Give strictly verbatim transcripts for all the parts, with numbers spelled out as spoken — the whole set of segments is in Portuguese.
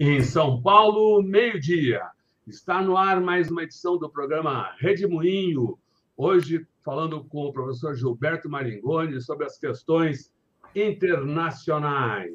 Em São Paulo, meio-dia. Está no ar mais uma edição do programa Redemoinho. Hoje, falando com o professor Gilberto Maringoni sobre as questões internacionais.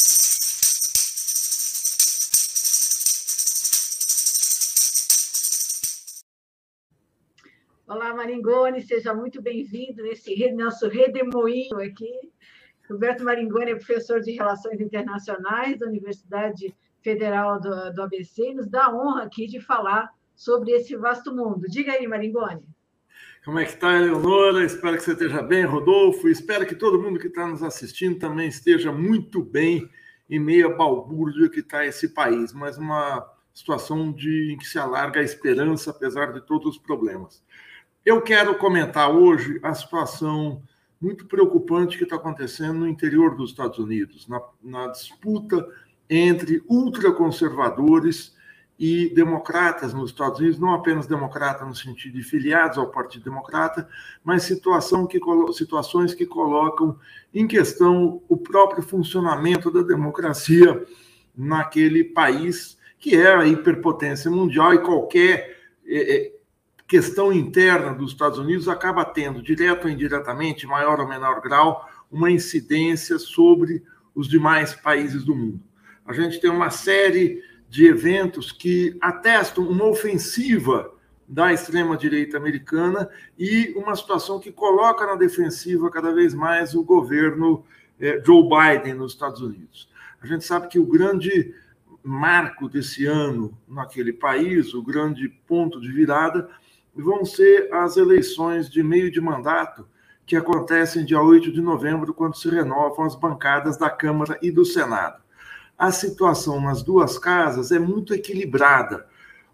Olá, Maringoni, seja muito bem-vindo nesse nosso Redemoinho aqui. Gilberto Maringoni é professor de Relações Internacionais da Universidade Federal do, do A B C e nos dá a honra aqui de falar sobre esse vasto mundo. Diga aí, Maringoni. Como é que está, Eleonora? Espero que você esteja bem, Rodolfo. Espero que todo mundo que está nos assistindo também esteja muito bem em meio à balbúrdia que está esse país, mas uma situação de, em que se alarga a esperança, apesar de todos os problemas. Eu quero comentar hoje a situação muito preocupante que está acontecendo no interior dos Estados Unidos, na, na disputa entre ultraconservadores e democratas nos Estados Unidos, não apenas democratas no sentido de filiados ao Partido Democrata, mas situação que, situações que colocam em questão o próprio funcionamento da democracia naquele país, que é a hiperpotência mundial, e qualquer é, questão interna dos Estados Unidos acaba tendo, direto ou indiretamente, maior ou menor grau, uma incidência sobre os demais países do mundo. A gente tem uma série de eventos que atestam uma ofensiva da extrema-direita americana e uma situação que coloca na defensiva cada vez mais o governo eh, Joe Biden nos Estados Unidos. A gente sabe que o grande marco desse ano naquele país, o grande ponto de virada, vão ser as eleições de meio de mandato que acontecem dia oito de novembro, quando se renovam as bancadas da Câmara e do Senado. A situação nas duas casas é muito equilibrada.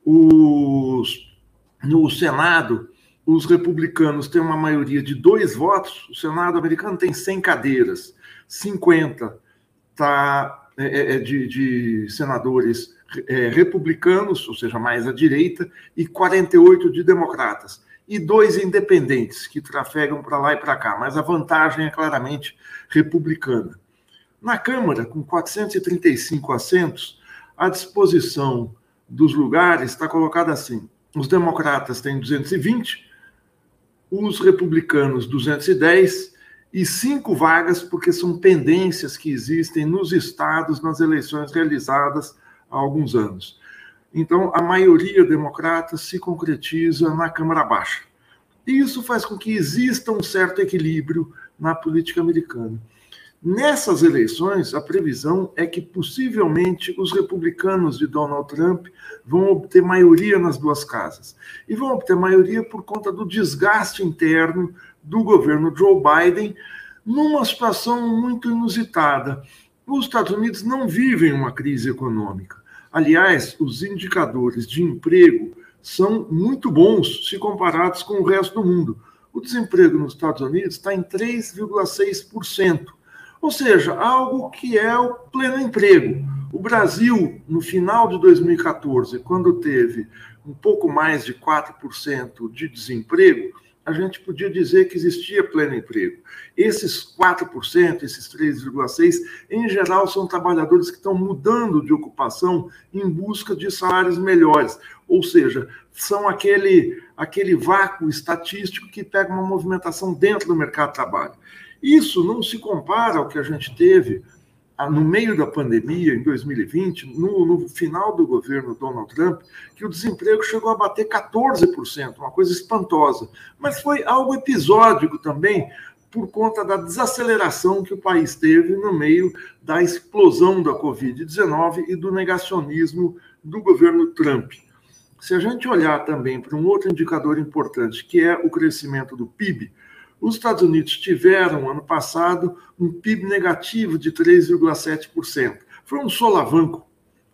Os, no Senado, os republicanos têm uma maioria de dois votos. O Senado americano tem cem cadeiras, cinquenta tá, é, é, de, de senadores é, republicanos, ou seja, mais à direita, e quarenta e oito de democratas. E dois independentes, que trafegam para lá e para cá, mas a vantagem é claramente republicana. Na Câmara, com quatrocentos e trinta e cinco assentos, a disposição dos lugares está colocada assim: os democratas têm duzentos e vinte, os republicanos duzentos e dez, e cinco vagas, porque são pendências que existem nos estados nas eleições realizadas há alguns anos. Então, a maioria democrata se concretiza na Câmara Baixa. E isso faz com que exista um certo equilíbrio na política americana. Nessas eleições, a previsão é que possivelmente os republicanos de Donald Trump vão obter maioria nas duas casas. E vão obter maioria por conta do desgaste interno do governo Joe Biden, numa situação muito inusitada. Os Estados Unidos não vivem uma crise econômica. Aliás, os indicadores de emprego são muito bons se comparados com o resto do mundo. O desemprego nos Estados Unidos está em três vírgula seis por cento. Ou seja, algo que é o pleno emprego. O Brasil, no final de dois mil e quatorze, quando teve um pouco mais de quatro por cento de desemprego, a gente podia dizer que existia pleno emprego. Esses quatro por cento, esses três vírgula seis por cento, em geral, são trabalhadores que estão mudando de ocupação em busca de salários melhores. Ou seja, são aquele, aquele vácuo estatístico que pega uma movimentação dentro do mercado de trabalho. Isso não se compara ao que a gente teve no meio da pandemia, em dois mil e vinte, no, no final do governo Donald Trump, que o desemprego chegou a bater quatorze por cento, uma coisa espantosa. Mas foi algo episódico também, por conta da desaceleração que o país teve no meio da explosão da covid dezenove e do negacionismo do governo Trump. Se a gente olhar também para um outro indicador importante, que é o crescimento do P I B, os Estados Unidos tiveram, ano passado, um P I B negativo de três vírgula sete por cento. Foi um solavanco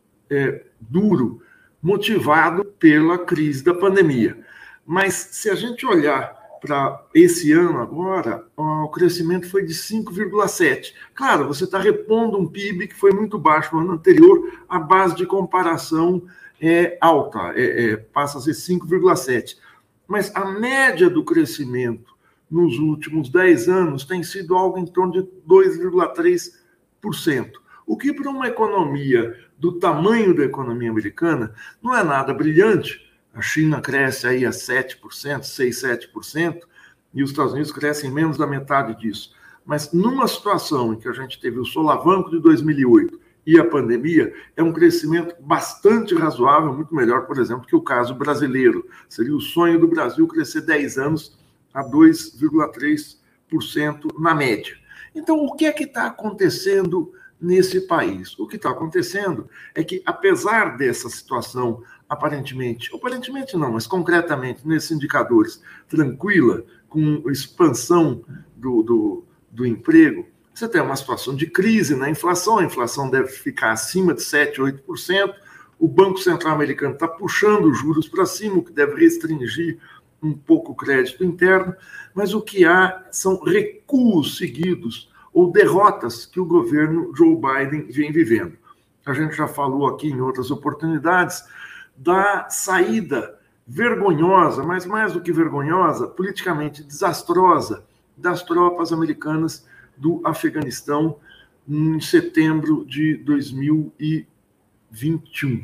é, duro, motivado pela crise da pandemia. Mas, se a gente olhar para esse ano agora, o crescimento foi de cinco vírgula sete por cento. Claro, você está repondo um P I B que foi muito baixo no ano anterior, a base de comparação é alta, é, é, passa a ser cinco vírgula sete por cento. Mas a média do crescimento nos últimos dez anos tem sido algo em torno de dois vírgula três por cento. o que para uma economia do tamanho da economia americana não é nada brilhante. A China cresce aí a sete por cento, seis, sete por cento, e os Estados Unidos crescem menos da metade disso. Mas numa situação em que a gente teve o solavanco de dois mil e oito e a pandemia, é um crescimento bastante razoável, muito melhor, por exemplo, que o caso brasileiro. Seria o sonho do Brasil crescer dez anos a dois vírgula três por cento na média. Então, o que é que está acontecendo nesse país? O que está acontecendo é que, apesar dessa situação aparentemente, aparentemente não, mas concretamente, nesses indicadores, tranquila, com expansão do, do, do emprego, você tem uma situação de crise na inflação, a inflação deve ficar acima de sete, oito por cento, o Banco Central americano está puxando os juros para cima, o que deve restringir um pouco o crédito interno, mas o que há são recuos seguidos ou derrotas que o governo Joe Biden vem vivendo. A gente já falou aqui em outras oportunidades da saída vergonhosa, mas mais do que vergonhosa, politicamente desastrosa, das tropas americanas do Afeganistão em setembro de dois mil e vinte e um,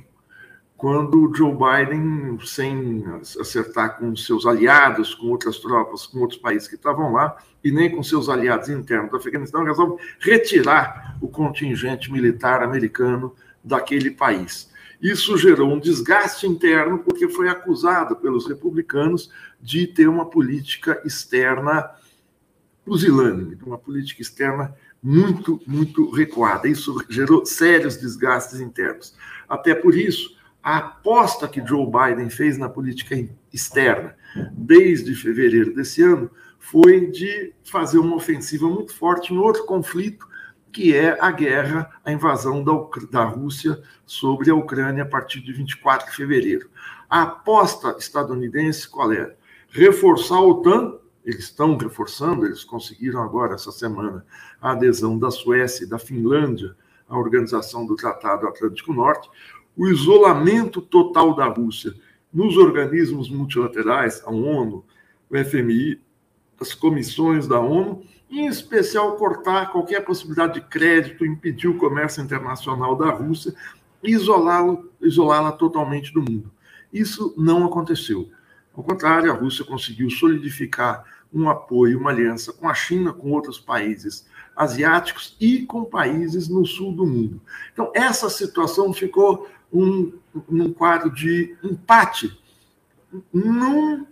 quando Joe Biden, sem acertar com seus aliados, com outras tropas, com outros países que estavam lá, e nem com seus aliados internos do Afeganistão, resolve retirar o contingente militar americano daquele país. Isso gerou um desgaste interno, porque foi acusado pelos republicanos de ter uma política externa pusilânime, uma política externa muito, muito recuada. Isso gerou sérios desgastes internos. Até por isso, a aposta que Joe Biden fez na política externa desde fevereiro desse ano foi de fazer uma ofensiva muito forte em outro conflito, que é a guerra, a invasão da, da Rússia sobre a Ucrânia a partir de vinte e quatro de fevereiro. A aposta estadunidense qual era? Reforçar a OTAN. Eles estão reforçando, eles conseguiram agora, essa semana, a adesão da Suécia e da Finlândia à Organização do Tratado Atlântico Norte, o isolamento total da Rússia nos organismos multilaterais, a ONU, o F M I, as comissões da ONU, em especial cortar qualquer possibilidade de crédito, impedir o comércio internacional da Rússia e isolá-la isolá-la totalmente do mundo. Isso não aconteceu. Ao contrário, a Rússia conseguiu solidificar um apoio, uma aliança com a China, com outros países asiáticos e com países no sul do mundo. Então, essa situação ficou um, um quadro de empate num,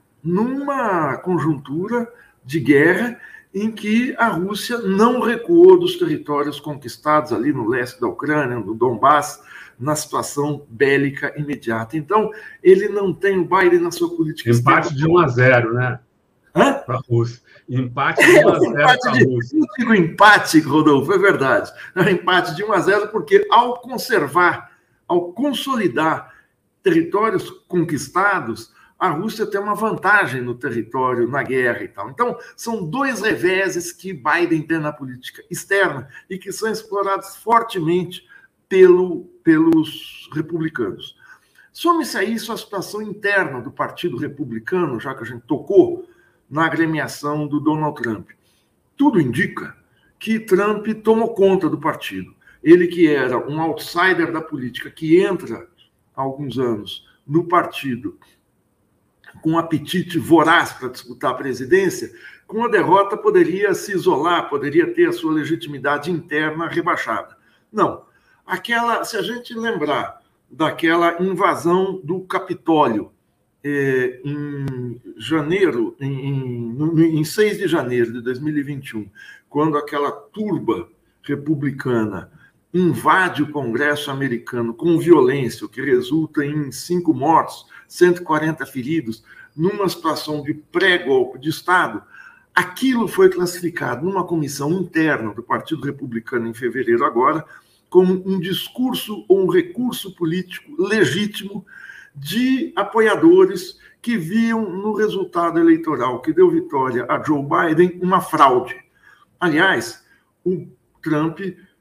numa conjuntura de guerra em que a Rússia não recuou dos territórios conquistados ali no leste da Ucrânia, no Donbass, na situação bélica imediata. Então, ele não tem o Biden na sua política Empate externa. de um a zero, né? Hã? Para a Rússia. Empate de um a zero para a Rússia. Eu digo empate, Rodolfo, é verdade. É um empate de um a zero porque, ao conservar, ao consolidar territórios conquistados, a Rússia tem uma vantagem no território, na guerra e tal. Então, são dois reveses que Biden tem na política externa e que são explorados fortemente pelo, pelos republicanos. Some-se a isso a situação interna do Partido Republicano, já que a gente tocou na agremiação do Donald Trump. Tudo indica que Trump tomou conta do partido. Ele que era um outsider da política, que entra há alguns anos no partido com um apetite voraz para disputar a presidência, com a derrota poderia se isolar, poderia ter a sua legitimidade interna rebaixada. Não. Aquela, se a gente lembrar daquela invasão do Capitólio eh, em janeiro, em, em, em seis de janeiro de dois mil e vinte e um, quando aquela turba republicana invade o Congresso americano com violência, o que resulta em cinco mortos, cento e quarenta feridos, numa situação de pré-golpe de Estado, aquilo foi classificado numa comissão interna do Partido Republicano em fevereiro agora, como um discurso ou um recurso político legítimo de apoiadores que viam no resultado eleitoral que deu vitória a Joe Biden uma fraude. Aliás, o Trump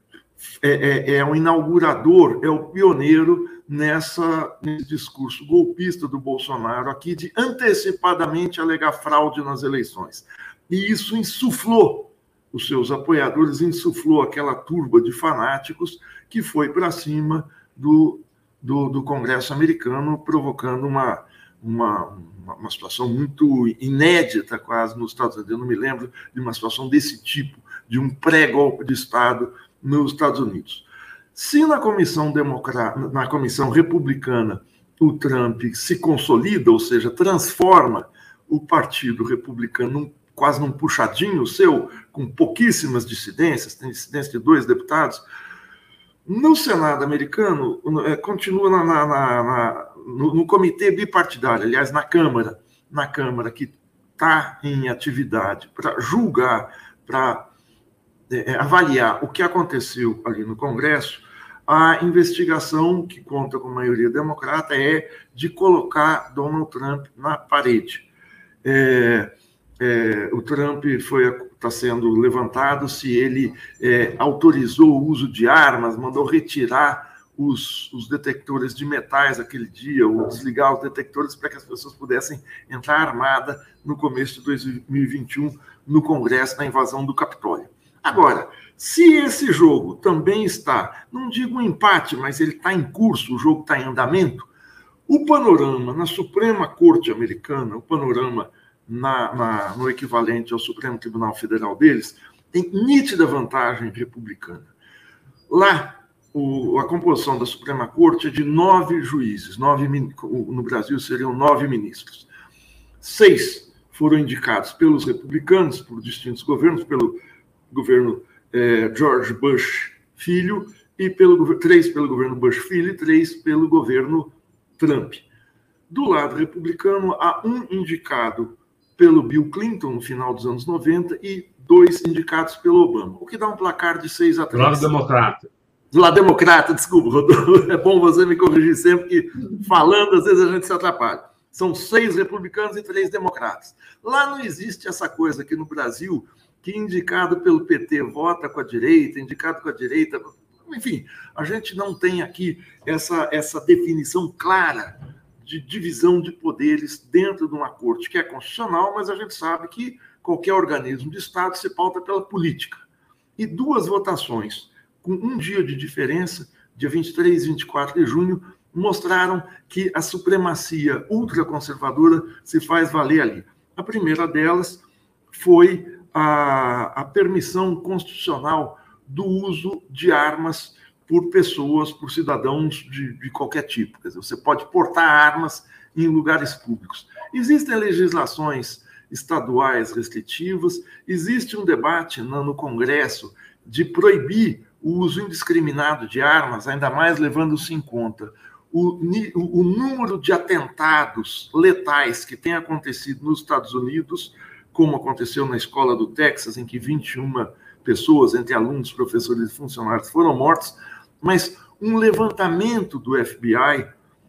é, é, é o inaugurador, é o pioneiro nessa, nesse discurso golpista do Bolsonaro aqui de antecipadamente alegar fraude nas eleições. E isso insuflou os seus apoiadores, insuflou aquela turba de fanáticos que foi para cima do, do, do Congresso americano, provocando uma, uma, uma situação muito inédita quase nos Estados Unidos. Eu não me lembro de uma situação desse tipo, de um pré-golpe de Estado nos Estados Unidos. Se na comissão, democrata, na comissão republicana o Trump se consolida, ou seja, transforma o Partido Republicano num, quase num puxadinho seu, com pouquíssimas dissidências, tem dissidência de dois deputados, no Senado americano, continua na, na, na, na, no, no comitê bipartidário, aliás, na Câmara, na Câmara que está em atividade para julgar, para é, avaliar o que aconteceu ali no Congresso. A investigação, que conta com maioria democrata, é de colocar Donald Trump na parede. É, é, o Trump está sendo levantado se ele é, autorizou o uso de armas, mandou retirar os, os detectores de metais aquele dia, ou desligar os detectores para que as pessoas pudessem entrar armadas no começo de dois mil e vinte e um no Congresso, na invasão do Capitólio. Agora, se esse jogo também está, não digo um empate, mas ele está em curso, o jogo está em andamento, o panorama na Suprema Corte Americana, o panorama na, na, no equivalente ao Supremo Tribunal Federal deles, tem nítida vantagem republicana. Lá, o, a composição da Suprema Corte é de nove juízes, nove, no Brasil seriam nove ministros. Seis foram indicados pelos republicanos, por distintos governos, pelo governo eh, George Bush filho, e pelo, três pelo governo Bush filho e três pelo governo Trump. Do lado republicano, há um indicado pelo Bill Clinton no final dos anos noventa e dois indicados pelo Obama, o que dá um placar de seis a três. Do lado democrata. Do lado democrata, desculpa, Rodolfo, é bom você me corrigir sempre, que falando às vezes a gente se atrapalha. São seis republicanos e três democratas. Lá não existe essa coisa aqui no Brasil, que indicado pelo P T vota com a direita, indicado com a direita. Enfim, a gente não tem aqui essa, essa definição clara de divisão de poderes dentro de uma corte que é constitucional, mas a gente sabe que qualquer organismo de Estado se pauta pela política. E duas votações, com um dia de diferença, dia vinte e três e vinte e quatro de junho, mostraram que a supremacia ultraconservadora se faz valer ali. A primeira delas foi A, a permissão constitucional do uso de armas por pessoas, por cidadãos de, de qualquer tipo. Quer dizer, você pode portar armas em lugares públicos. Existem legislações estaduais restritivas, existe um debate no, no Congresso de proibir o uso indiscriminado de armas, ainda mais levando-se em conta o, o, o número de atentados letais que tem acontecido nos Estados Unidos, como aconteceu na escola do Texas, em que vinte e uma pessoas, entre alunos, professores e funcionários, foram mortos, mas um levantamento do F B I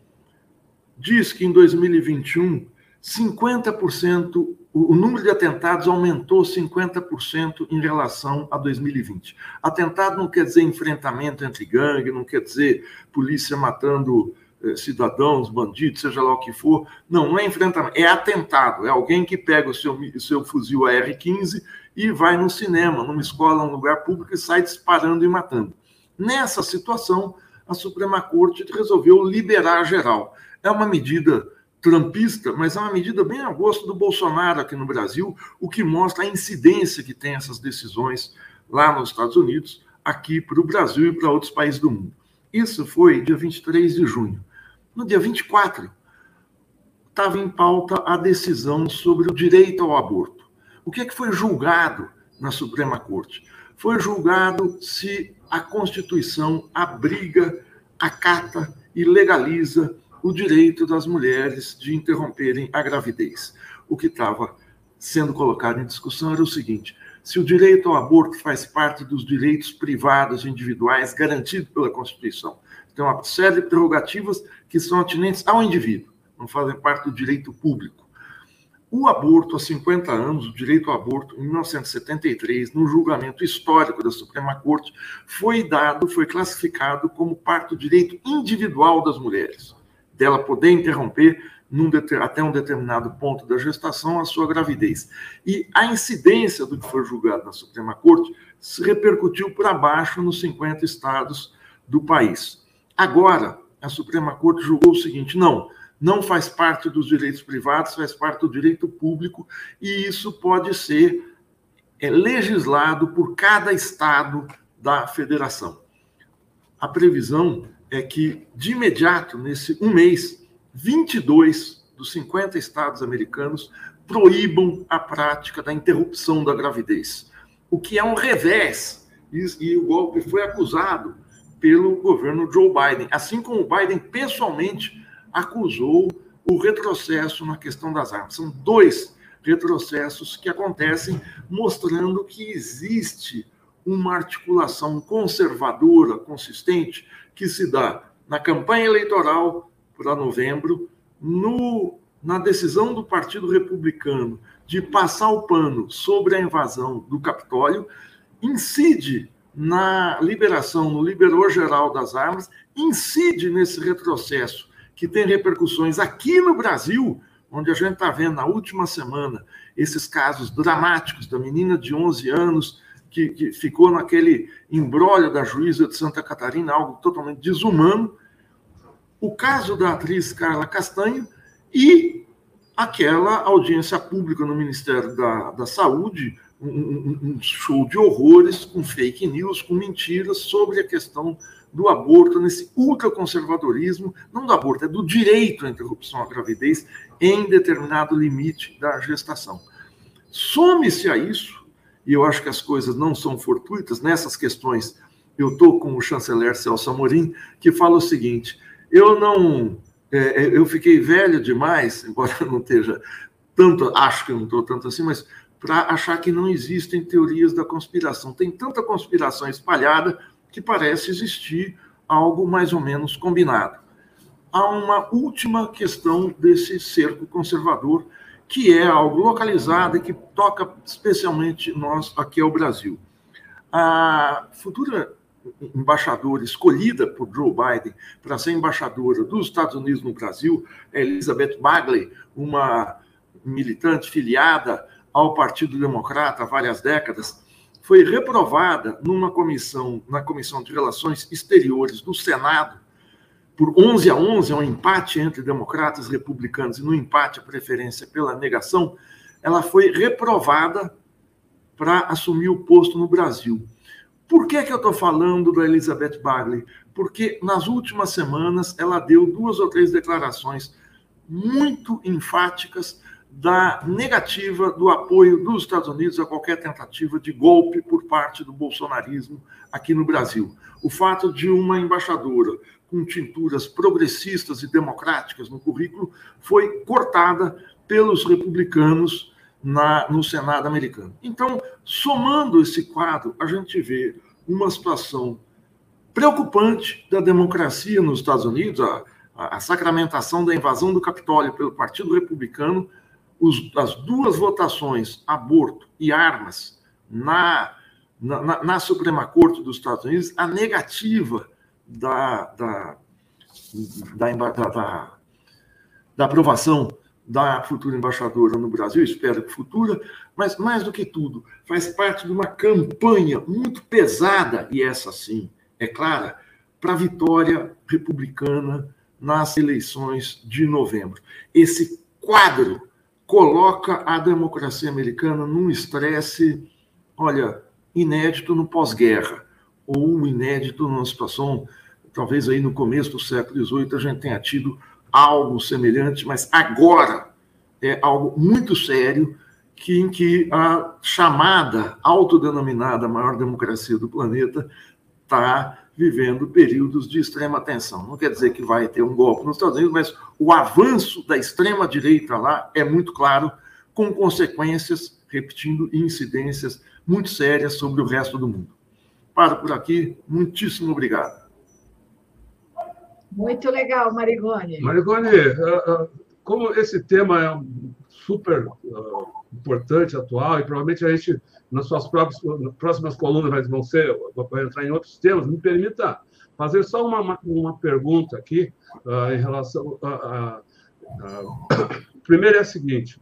diz que em dois mil e vinte e um, cinquenta por cento, o número de atentados aumentou cinquenta por cento em relação a dois mil e vinte. Atentado não quer dizer enfrentamento entre gangue, não quer dizer polícia matando cidadãos, bandidos, seja lá o que for. Não, não é enfrentamento, é atentado. É alguém que pega o seu, o seu fuzil A R quinze e vai no cinema, numa escola, num lugar público, e sai disparando e matando. Nessa situação, a Suprema Corte resolveu liberar geral. É uma medida trumpista, mas é uma medida bem ao gosto do Bolsonaro aqui no Brasil, o que mostra a incidência que tem essas decisões lá nos Estados Unidos, aqui para o Brasil e para outros países do mundo. Isso foi dia vinte e três de junho. No dia vinte e quatro, estava em pauta a decisão sobre o direito ao aborto. O que é que foi julgado na Suprema Corte? Foi julgado se a Constituição abriga, acata e legaliza o direito das mulheres de interromperem a gravidez. O que estava sendo colocado em discussão era o seguinte: se o direito ao aborto faz parte dos direitos privados individuais garantidos pela Constituição. Tem uma série de prerrogativas que são atinentes ao indivíduo, não fazem parte do direito público. O aborto, há cinquenta anos, o direito ao aborto, em mil novecentos e setenta e três, no julgamento histórico da Suprema Corte, foi dado, foi classificado como parte do direito individual das mulheres, dela poder interromper num, até um determinado ponto da gestação, a sua gravidez. E a incidência do que foi julgado na Suprema Corte se repercutiu para baixo nos cinquenta estados do país. Agora, a Suprema Corte julgou o seguinte: não, não faz parte dos direitos privados, faz parte do direito público, e isso pode ser é, legislado por cada estado da federação. A previsão é que, de imediato, nesse um mês, vinte e dois dos cinquenta estados americanos proíbam a prática da interrupção da gravidez, o que é um revés, e, e o golpe foi acusado pelo governo Joe Biden, assim como o Biden pessoalmente acusou o retrocesso na questão das armas. São dois retrocessos que acontecem, mostrando que existe uma articulação conservadora, consistente, que se dá na campanha eleitoral para novembro, no, na decisão do Partido Republicano de passar o pano sobre a invasão do Capitólio, incide na liberação, no liberou geral das armas, incide nesse retrocesso que tem repercussões aqui no Brasil, onde a gente está vendo na última semana esses casos dramáticos da menina de onze anos que, que ficou naquele imbróglio da juíza de Santa Catarina, algo totalmente desumano, o caso da atriz Carla Castanho e aquela audiência pública no Ministério da, da Saúde, um, um, um show de horrores, com fake news, com mentiras sobre a questão do aborto, nesse ultraconservadorismo, não do aborto, é do direito à interrupção à gravidez em determinado limite da gestação. Some-se a isso, e eu acho que as coisas não são fortuitas, nessas questões eu estou com o chanceler Celso Amorim, que fala o seguinte: eu não, é, eu fiquei velho demais, embora eu não esteja tanto, acho que eu não estou tanto assim, mas para achar que não existem teorias da conspiração. Tem tanta conspiração espalhada que parece existir algo mais ou menos combinado. Há uma última questão desse cerco conservador, que é algo localizado e que toca especialmente nós aqui ao Brasil. A futura embaixadora escolhida por Joe Biden para ser embaixadora dos Estados Unidos no Brasil é Elizabeth Bagley, uma militante filiada ao Partido Democrata há várias décadas, foi reprovada numa comissão, na Comissão de Relações Exteriores do Senado, por onze a onze, é um empate entre democratas e republicanos, e no empate a preferência pela negação, ela foi reprovada para assumir o posto no Brasil. Por que que eu estou falando da Elizabeth Bagley? Porque nas últimas semanas ela deu duas ou três declarações muito enfáticas da negativa do apoio dos Estados Unidos a qualquer tentativa de golpe por parte do bolsonarismo aqui no Brasil. O fato de uma embaixadora com tinturas progressistas e democráticas no currículo foi cortada pelos republicanos na, no Senado americano. Então, somando esse quadro, a gente vê uma situação preocupante da democracia nos Estados Unidos, a, a sacramentação da invasão do Capitólio pelo Partido Republicano, os, as duas votações, aborto e armas, na, na, na Suprema Corte dos Estados Unidos, a negativa da, da, da, da, da, da aprovação da futura embaixadora no Brasil, espero que futura, mas, mais do que tudo, faz parte de uma campanha muito pesada, e essa sim é clara, para a vitória republicana nas eleições de novembro. Esse quadro coloca a democracia americana num estresse, olha, inédito no pós-guerra, ou inédito numa situação, talvez aí no começo do século dezoito a gente tenha tido algo semelhante, mas agora é algo muito sério, que, em que a chamada, autodenominada maior democracia do planeta, está vivendo períodos de extrema tensão. Não quer dizer que vai ter um golpe nos Estados Unidos, mas o avanço da extrema-direita lá é muito claro, com consequências, repetindo, incidências muito sérias sobre o resto do mundo. Paro por aqui. Muitíssimo obrigado. Muito legal, Marigoni. Marigoni, como esse tema é super importante, atual, e provavelmente a gente, nas suas próprias, próximas colunas, vão ser, vai entrar em outros temas, me permita fazer só uma, uma pergunta aqui uh, em relação a, a, Uh, primeiro é a seguinte: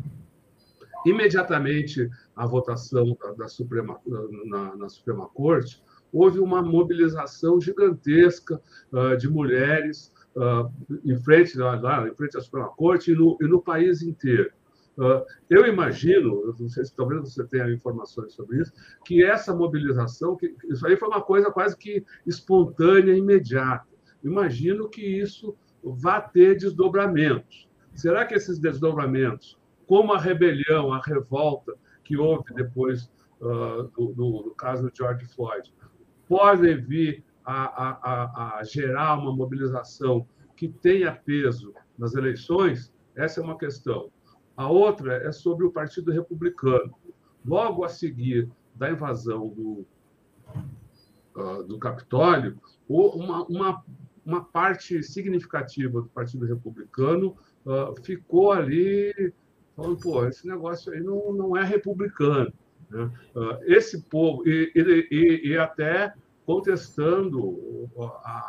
imediatamente a votação da, da Suprema, na, na Suprema Corte, houve uma mobilização gigantesca uh, de mulheres uh, em, frente, lá, lá, em frente à Suprema Corte e no, e no país inteiro. Uh, eu imagino, eu não sei se talvez você tenha informações sobre isso, que essa mobilização, que, isso aí foi uma coisa quase que espontânea, imediata. Imagino que isso vá ter desdobramentos. Será que esses desdobramentos, como a rebelião, a revolta que houve depois uh, do, do, do caso do George Floyd, podem vir a, a, a, a gerar uma mobilização que tenha peso nas eleições? Essa é uma questão. A outra é sobre o Partido Republicano. Logo a seguir da invasão do, uh, do Capitólio, uma, uma, uma parte significativa do Partido Republicano uh, ficou ali falando, pô, esse negócio aí não, não é republicano, né? Uh, esse povo, e, e, e até contestando a,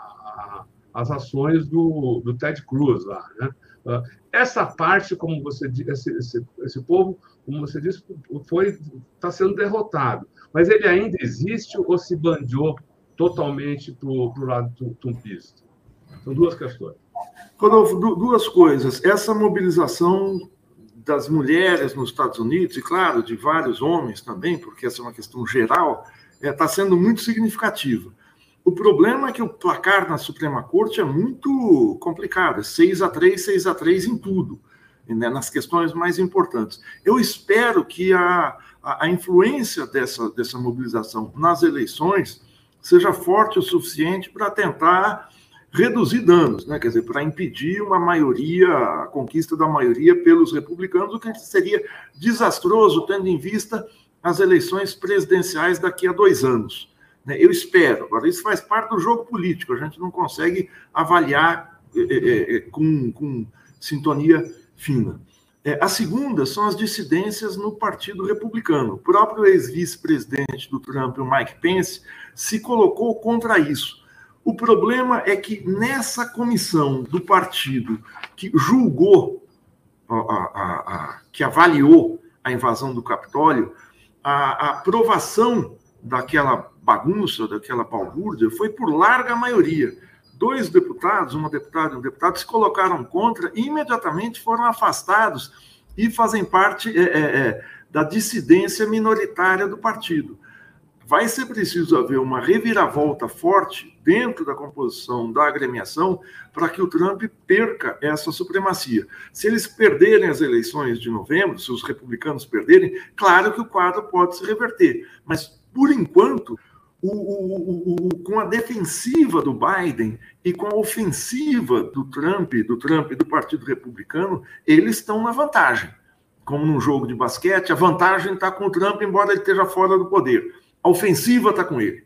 a, as ações do, do Ted Cruz lá, né? Uh, essa parte, como você disse, esse, esse, esse povo, como você disse, foi está sendo derrotado. Mas ele ainda existe ou se bandeou totalmente para o lado trumpista? São duas questões. Rodolfo, duas coisas. Essa mobilização das mulheres nos Estados Unidos, e, claro, de vários homens também, porque essa é uma questão geral, está é, sendo muito significativa. O problema é que o placar na Suprema Corte é muito complicado, é seis a três, seis a três em tudo, né, nas questões mais importantes. Eu espero que a, a, a influência dessa, dessa mobilização nas eleições seja forte o suficiente para tentar reduzir danos, né? Quer dizer, para impedir uma maioria, a conquista da maioria pelos republicanos, o que seria desastroso, tendo em vista as eleições presidenciais daqui a dois anos. Eu espero. Agora, isso faz parte do jogo político, a gente não consegue avaliar é, é, com, com sintonia fina. É, a segunda são as dissidências no Partido Republicano. O próprio ex-vice-presidente do Trump, o Mike Pence, se colocou contra isso. O problema é que nessa comissão do partido que julgou, a, a, a, que avaliou a invasão do Capitólio, a, a aprovação daquela bagunça, daquela balbúrdia, foi por larga maioria. Dois deputados, uma deputada e um deputado, se colocaram contra e imediatamente foram afastados e fazem parte é, é, da dissidência minoritária do partido. Vai ser preciso haver uma reviravolta forte dentro da composição da agremiação para que o Trump perca essa supremacia. Se eles perderem as eleições de novembro, se os republicanos perderem, claro que o quadro pode se reverter. Mas, por enquanto, o, o, o, o, com a defensiva do Biden e com a ofensiva do Trump, do Trump e do Partido Republicano, eles estão na vantagem. Como num jogo de basquete, a vantagem está com o Trump, embora ele esteja fora do poder. A ofensiva está com ele.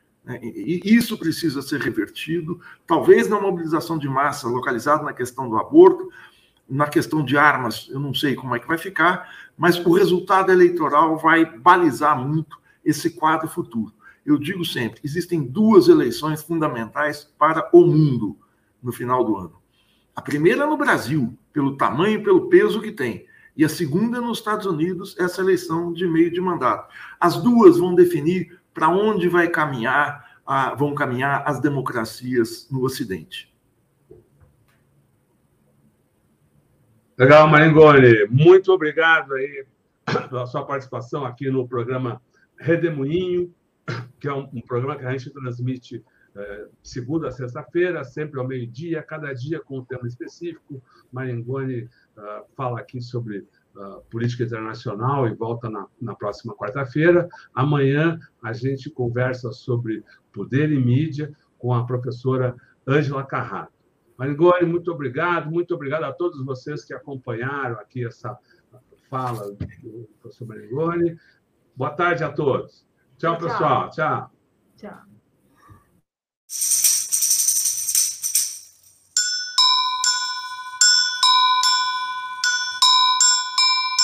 E isso precisa ser revertido, talvez na mobilização de massa localizada na questão do aborto, na questão de armas, eu não sei como é que vai ficar, mas o resultado eleitoral vai balizar muito esse quadro futuro. Eu digo sempre, existem duas eleições fundamentais para o mundo no final do ano. A primeira é no Brasil, pelo tamanho e pelo peso que tem. E a segunda, nos Estados Unidos, essa eleição de meio de mandato. As duas vão definir para onde vai caminhar, a, vão caminhar as democracias no Ocidente. Legal, Maringoni. Muito obrigado aí pela sua participação aqui no programa Redemoinho, que é um, um programa que a gente transmite é, segunda a sexta-feira, sempre ao meio-dia, cada dia com um tema específico. Maringoni Uh, fala aqui sobre uh, política internacional e volta na, na próxima quarta-feira. Amanhã a gente conversa sobre poder e mídia com a professora Ângela Carrato. Maringoni, muito obrigado, muito obrigado a todos vocês que acompanharam aqui essa fala do professor Maringoni. Boa tarde a todos. Tchau, tchau. Pessoal. Tchau. Tchau.